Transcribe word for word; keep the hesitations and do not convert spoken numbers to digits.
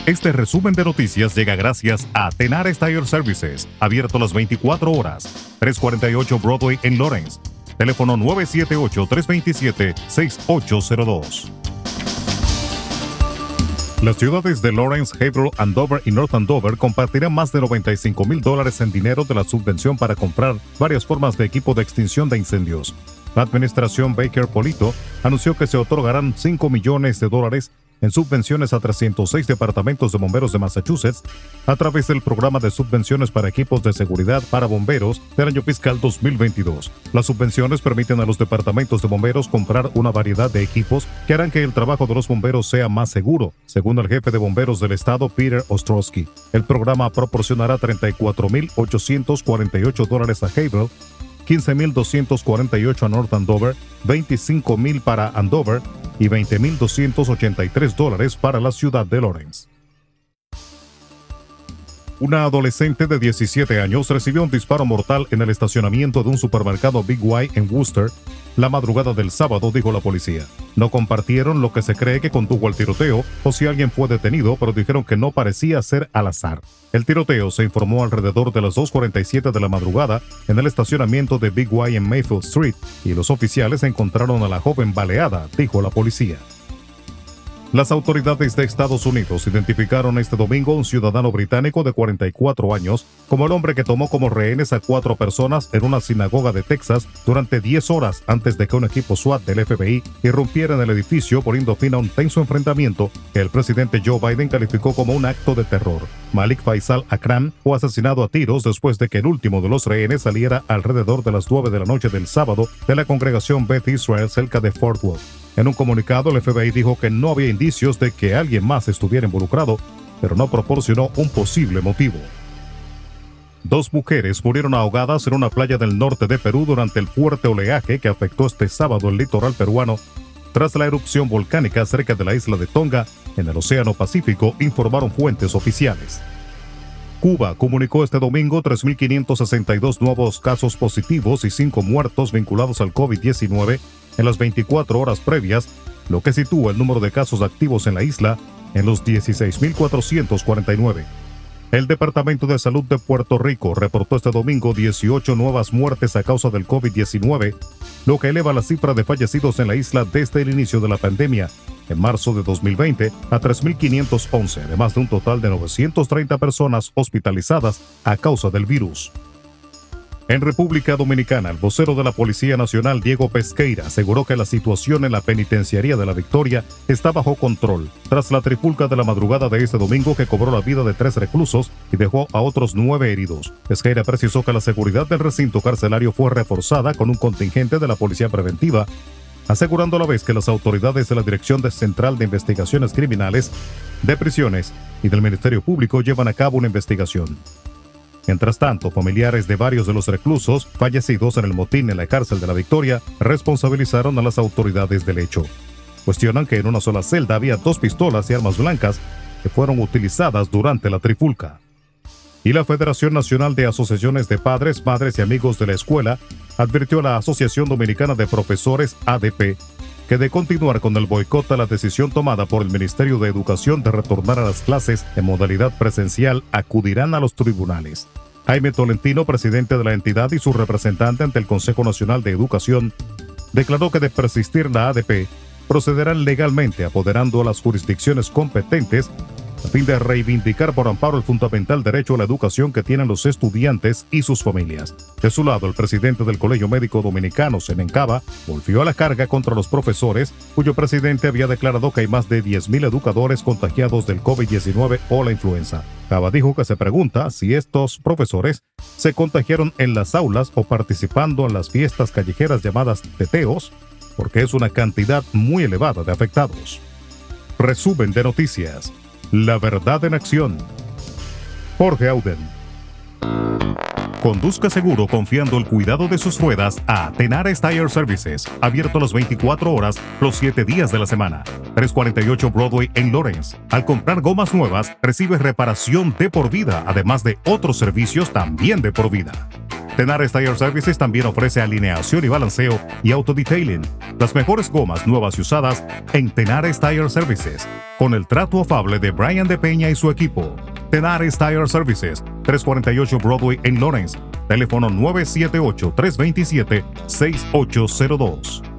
Este resumen de noticias llega gracias a Tenares Tire Services, abierto las veinticuatro horas, trescientos cuarenta y ocho Broadway en Lawrence. Teléfono nueve siete ocho, tres dos siete, seis ocho cero dos. Las ciudades de Lawrence, Haverhill, Andover y North Andover compartirán más de noventa y cinco mil dólares en dinero de la subvención para comprar varias formas de equipo de extinción de incendios. La administración Baker-Polito anunció que se otorgarán cinco millones de dólares en subvenciones a trescientos seis departamentos de bomberos de Massachusetts a través del programa de subvenciones para equipos de seguridad para bomberos del año fiscal dos mil veintidós. Las subvenciones permiten a los departamentos de bomberos comprar una variedad de equipos que harán que el trabajo de los bomberos sea más seguro, según el jefe de bomberos del estado, Peter Ostrowski. El programa proporcionará treinta y cuatro mil ochocientos cuarenta y ocho dólares a Haverhill, quince mil doscientos cuarenta y ocho a North Andover, veinticinco mil para Andover y veinte mil doscientos ochenta y tres dólares para la ciudad de Lawrence. Una adolescente de diecisiete años recibió un disparo mortal en el estacionamiento de un supermercado Big Y en Worcester la madrugada del sábado, dijo la policía. No compartieron lo que se cree que condujo al tiroteo o si alguien fue detenido, pero dijeron que no parecía ser al azar. El tiroteo se informó alrededor de las dos cuarenta y siete de la madrugada en el estacionamiento de Big Y en Mayfield Street y los oficiales encontraron a la joven baleada, dijo la policía. Las autoridades de Estados Unidos identificaron este domingo a un ciudadano británico de cuarenta y cuatro años como el hombre que tomó como rehenes a cuatro personas en una sinagoga de Texas durante diez horas antes de que un equipo SWAT del F B I irrumpiera en el edificio, poniendo fin a un tenso enfrentamiento que el presidente Joe Biden calificó como un acto de terror. Malik Faisal Akram fue asesinado a tiros después de que el último de los rehenes saliera alrededor de las nueve de la noche del sábado de la congregación Beth Israel cerca de Fort Worth. En un comunicado, el F B I dijo que no había indicios de que alguien más estuviera involucrado, pero no proporcionó un posible motivo. Dos mujeres murieron ahogadas en una playa del norte de Perú durante el fuerte oleaje que afectó este sábado el litoral peruano tras la erupción volcánica cerca de la isla de Tonga, en el Océano Pacífico, informaron fuentes oficiales. Cuba comunicó este domingo tres mil quinientos sesenta y dos nuevos casos positivos y cinco muertos vinculados al COVID diecinueve en las veinticuatro horas previas, lo que sitúa el número de casos activos en la isla en los dieciséis mil cuatrocientos cuarenta y nueve. El Departamento de Salud de Puerto Rico reportó este domingo dieciocho nuevas muertes a causa del COVID diecinueve, lo que eleva la cifra de fallecidos en la isla desde el inicio de la pandemia, en marzo de dos mil veinte, a tres mil quinientos once, además de un total de novecientas treinta personas hospitalizadas a causa del virus. En República Dominicana, el vocero de la Policía Nacional, Diego Pesqueira, aseguró que la situación en la penitenciaría de La Victoria está bajo control, tras la trifulca de la madrugada de este domingo que cobró la vida de tres reclusos y dejó a otros nueve heridos. Pesqueira precisó que la seguridad del recinto carcelario fue reforzada con un contingente de la Policía Preventiva, asegurando a la vez que las autoridades de la Dirección Central de Investigaciones Criminales, de Prisiones y del Ministerio Público llevan a cabo una investigación. Mientras tanto, familiares de varios de los reclusos fallecidos en el motín en la cárcel de La Victoria responsabilizaron a las autoridades del hecho. Cuestionan que en una sola celda había dos pistolas y armas blancas que fueron utilizadas durante la trifulca. Y la Federación Nacional de Asociaciones de Padres, Madres y Amigos de la Escuela advirtió a la Asociación Dominicana de Profesores, A D P, que de continuar con el boicot a la decisión tomada por el Ministerio de Educación de retornar a las clases en modalidad presencial, acudirán a los tribunales. Jaime Tolentino, presidente de la entidad y su representante ante el Consejo Nacional de Educación, declaró que de persistir la A D P, procederán legalmente apoderando a las jurisdicciones competentes a fin de reivindicar por amparo el fundamental derecho a la educación que tienen los estudiantes y sus familias. De su lado, el presidente del Colegio Médico Dominicano, Senencaba, volvió a la carga contra los profesores, cuyo presidente había declarado que hay más de diez mil educadores contagiados del COVID diecinueve o la influenza. Caba dijo que se pregunta si estos profesores se contagiaron en las aulas o participando en las fiestas callejeras llamadas teteos, porque es una cantidad muy elevada de afectados. Resumen de noticias. La verdad en acción. Jorge Auden. Conduzca seguro confiando el cuidado de sus ruedas a Tenares Tire Services, abierto las veinticuatro horas, los siete días de la semana. trescientos cuarenta y ocho Broadway en Lawrence. Al comprar gomas nuevas, recibe reparación de por vida, además de otros servicios también de por vida. Tenares Tire Services también ofrece alineación y balanceo y autodetailing. Las mejores gomas nuevas y usadas en Tenares Tire Services, con el trato afable de Brian de Peña y su equipo. Tenares Tire Services, trescientos cuarenta y ocho Broadway en Lawrence. Teléfono nueve siete ocho, tres dos siete, seis ocho cero dos.